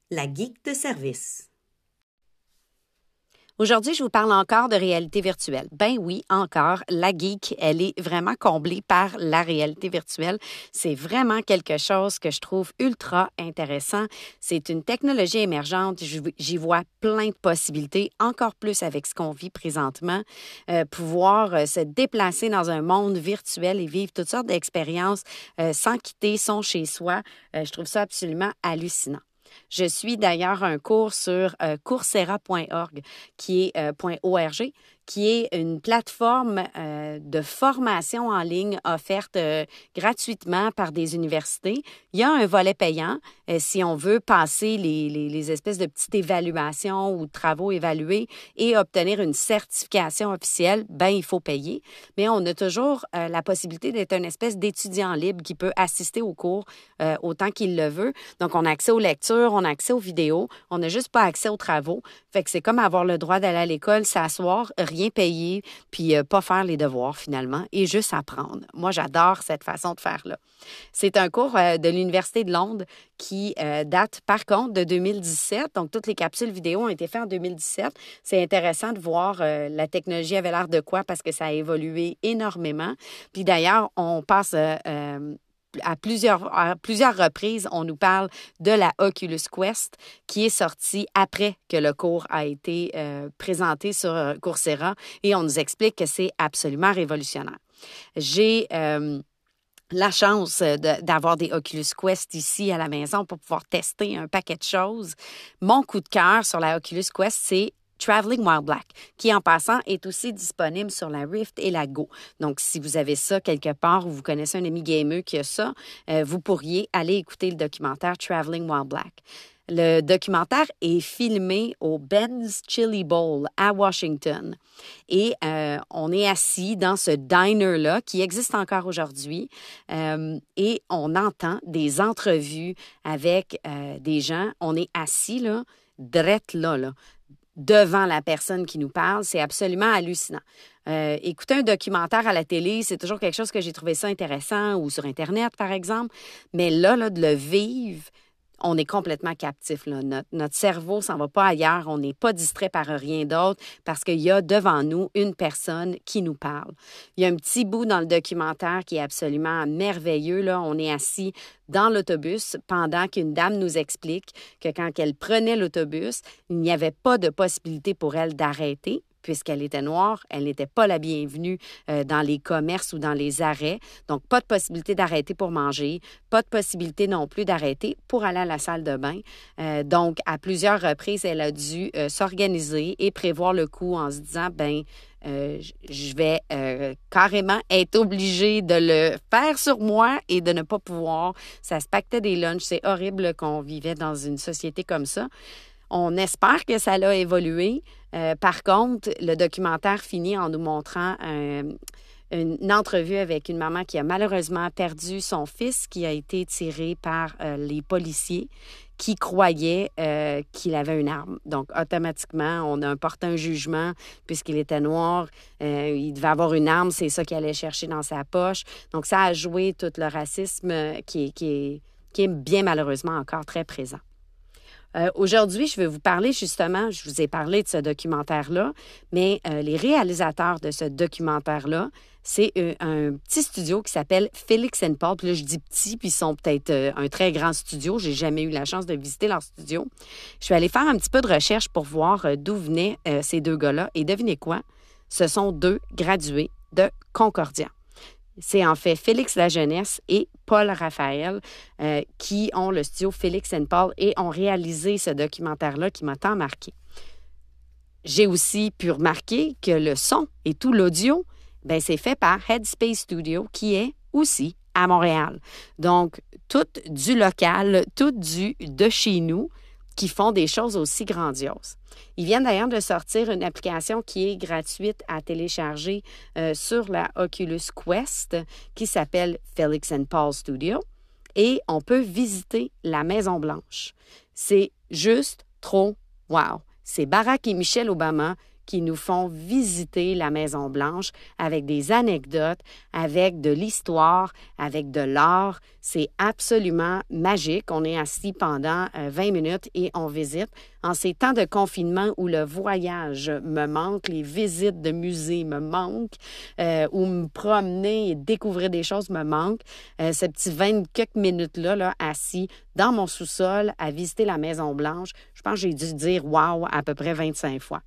La geek de service. Aujourd'hui, je vous parle encore de réalité virtuelle. Ben oui, encore, la geek, elle est vraiment comblée par la réalité virtuelle. C'est vraiment quelque chose que je trouve ultra intéressant. C'est une technologie émergente. J'y vois plein de possibilités, encore plus avec ce qu'on vit présentement. Pouvoir se déplacer dans un monde virtuel et vivre toutes sortes d'expériences sans quitter son chez-soi. Je trouve ça absolument hallucinant. Je suis d'ailleurs un cours sur coursera.org, qui est .org, qui est une plateforme de formation en ligne offerte gratuitement par des universités. Il y a un volet payant si on veut passer les espèces de petites évaluations ou de travaux évalués et obtenir une certification officielle, ben il faut payer. Mais on a toujours la possibilité d'être une espèce d'étudiant libre qui peut assister aux cours autant qu'il le veut. Donc, on a accès aux lectures, on a accès aux vidéos, on n'a juste pas accès aux travaux. Fait que c'est comme avoir le droit d'aller à l'école, s'asseoir, rien payer, puis pas faire les devoirs finalement et juste apprendre. Moi, j'adore cette façon de faire-là. C'est un cours de l'Université de Londres qui date par contre de 2017. Donc, toutes les capsules vidéo ont été faites en 2017. C'est intéressant de voir la technologie avait l'air de quoi parce que ça a évolué énormément. Puis d'ailleurs, on passe... À plusieurs reprises, on nous parle de la Oculus Quest qui est sortie après que le cours a été présenté sur Coursera et on nous explique que c'est absolument révolutionnaire. J'ai la chance d'avoir des Oculus Quest ici à la maison pour pouvoir tester un paquet de choses. Mon coup de cœur sur la Oculus Quest, c'est Traveling While Black, qui en passant est aussi disponible sur la Rift et la Go. Donc, si vous avez ça quelque part ou vous connaissez un ami gamer qui a ça, vous pourriez aller écouter le documentaire Traveling While Black. Le documentaire est filmé au Ben's Chili Bowl à Washington. Et on est assis dans ce diner-là qui existe encore aujourd'hui et on entend des entrevues avec des gens. On est assis là, drette là, devant la personne qui nous parle. C'est absolument hallucinant. Écouter un documentaire à la télé, c'est toujours quelque chose que j'ai trouvé ça intéressant ou sur Internet, par exemple. Mais là de le vivre, on est complètement captif. Là. Notre cerveau s'en va pas ailleurs. On n'est pas distrait par rien d'autre parce qu'il y a devant nous une personne qui nous parle. Il y a un petit bout dans le documentaire qui est absolument merveilleux. Là. On est assis dans l'autobus pendant qu'une dame nous explique que quand elle prenait l'autobus, il n'y avait pas de possibilité pour elle d'arrêter. Puisqu'elle était noire, elle n'était pas la bienvenue dans les commerces ou dans les arrêts. Donc, pas de possibilité d'arrêter pour manger, pas de possibilité non plus d'arrêter pour aller à la salle de bain. Donc, à plusieurs reprises, elle a dû s'organiser et prévoir le coup en se disant, je vais carrément être obligée de le faire sur moi et de ne pas pouvoir. Ça se pactait des lunchs. C'est horrible qu'on vivait dans une société comme ça. On espère que ça l'a évolué. Par contre, le documentaire finit en nous montrant une entrevue avec une maman qui a malheureusement perdu son fils qui a été tiré par les policiers qui croyaient qu'il avait une arme. Donc, automatiquement, on a porté un jugement puisqu'il était noir. Il devait avoir une arme, c'est ça qu'il allait chercher dans sa poche. Donc, ça a joué tout le racisme qui est bien malheureusement encore très présent. Aujourd'hui, je vais vous parler justement, je vous ai parlé de ce documentaire-là, mais les réalisateurs de ce documentaire-là, c'est un petit studio qui s'appelle Felix & Paul. Puis là, je dis petit, puis ils sont peut-être un très grand studio. J'ai jamais eu la chance de visiter leur studio. Je suis allée faire un petit peu de recherche pour voir d'où venaient ces deux gars-là. Et devinez quoi? Ce sont deux gradués de Concordia. C'est en fait Félix Lajeunesse et Paul Raphaël qui ont le studio Felix & Paul et ont réalisé ce documentaire-là qui m'a tant marqué. J'ai aussi pu remarquer que le son et tout l'audio, c'est fait par Headspace Studio qui est aussi à Montréal. Donc, tout du local, tout de chez nous qui font des choses aussi grandioses. Ils viennent d'ailleurs de sortir une application qui est gratuite à télécharger sur la Oculus Quest qui s'appelle Felix & Paul Studio et on peut visiter la Maison-Blanche. C'est juste trop wow! C'est Barack et Michelle Obama qui nous font visiter la Maison-Blanche avec des anecdotes, avec de l'histoire, avec de l'art. C'est absolument magique. On est assis pendant 20 minutes et on visite. En ces temps de confinement où le voyage me manque, les visites de musées me manquent, où me promener et découvrir des choses me manque, ce petit 20 quelques minutes-là, là, assis dans mon sous-sol à visiter la Maison-Blanche, je pense que j'ai dû dire « wow » à peu près 25 fois.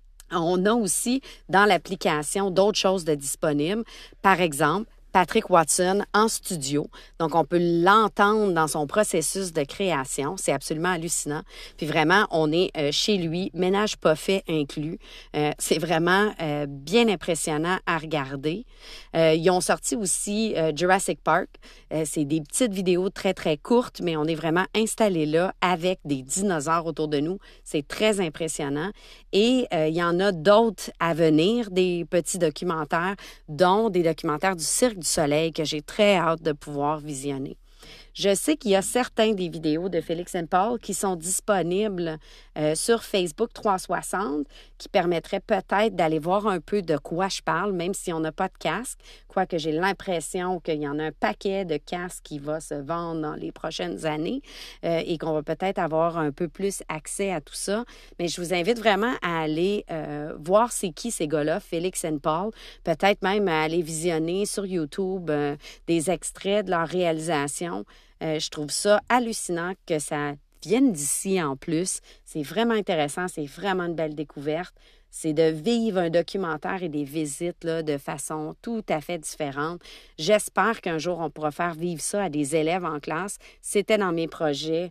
On a aussi dans l'application d'autres choses de disponibles. Par exemple, Patrick Watson en studio. Donc, on peut l'entendre dans son processus de création. C'est absolument hallucinant. Puis vraiment, on est chez lui, ménage pas fait inclus. C'est vraiment bien impressionnant à regarder. Ils ont sorti aussi Jurassic Park. C'est des petites vidéos très, très courtes, mais on est vraiment installé là avec des dinosaures autour de nous. C'est très impressionnant. Et il y en a d'autres à venir, des petits documentaires, dont des documentaires du Cirque du Soleil que j'ai très hâte de pouvoir visionner. Je sais qu'il y a certains des vidéos de Félix & Paul qui sont disponibles sur Facebook 360 qui permettraient peut-être d'aller voir un peu de quoi je parle, même si on n'a pas de casque, quoique j'ai l'impression qu'il y en a un paquet de casques qui va se vendre dans les prochaines années et qu'on va peut-être avoir un peu plus accès à tout ça. Mais je vous invite vraiment à aller voir c'est qui ces gars-là, Félix & Paul, peut-être même à aller visionner sur YouTube des extraits de leur réalisation. Je trouve ça hallucinant que ça vienne d'ici en plus. C'est vraiment intéressant, c'est vraiment une belle découverte. C'est de vivre un documentaire et des visites là, de façon tout à fait différente. J'espère qu'un jour, on pourra faire vivre ça à des élèves en classe. C'était dans mes projets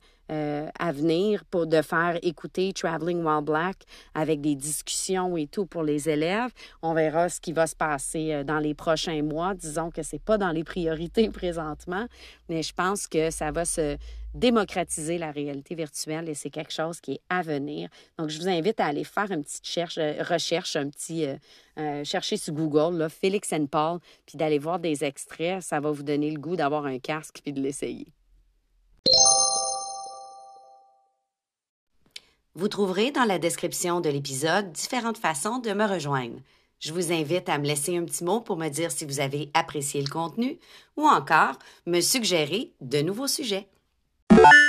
à venir pour de faire écouter Traveling While Black avec des discussions et tout pour les élèves. On verra ce qui va se passer dans les prochains mois. Disons que c'est pas dans les priorités présentement, mais je pense que ça va se démocratiser la réalité virtuelle et c'est quelque chose qui est à venir. Donc, je vous invite à aller faire une petite recherche, chercher sur Google, là, Félix & Paul, puis d'aller voir des extraits. Ça va vous donner le goût d'avoir un casque puis de l'essayer. Vous trouverez dans la description de l'épisode différentes façons de me rejoindre. Je vous invite à me laisser un petit mot pour me dire si vous avez apprécié le contenu ou encore me suggérer de nouveaux sujets.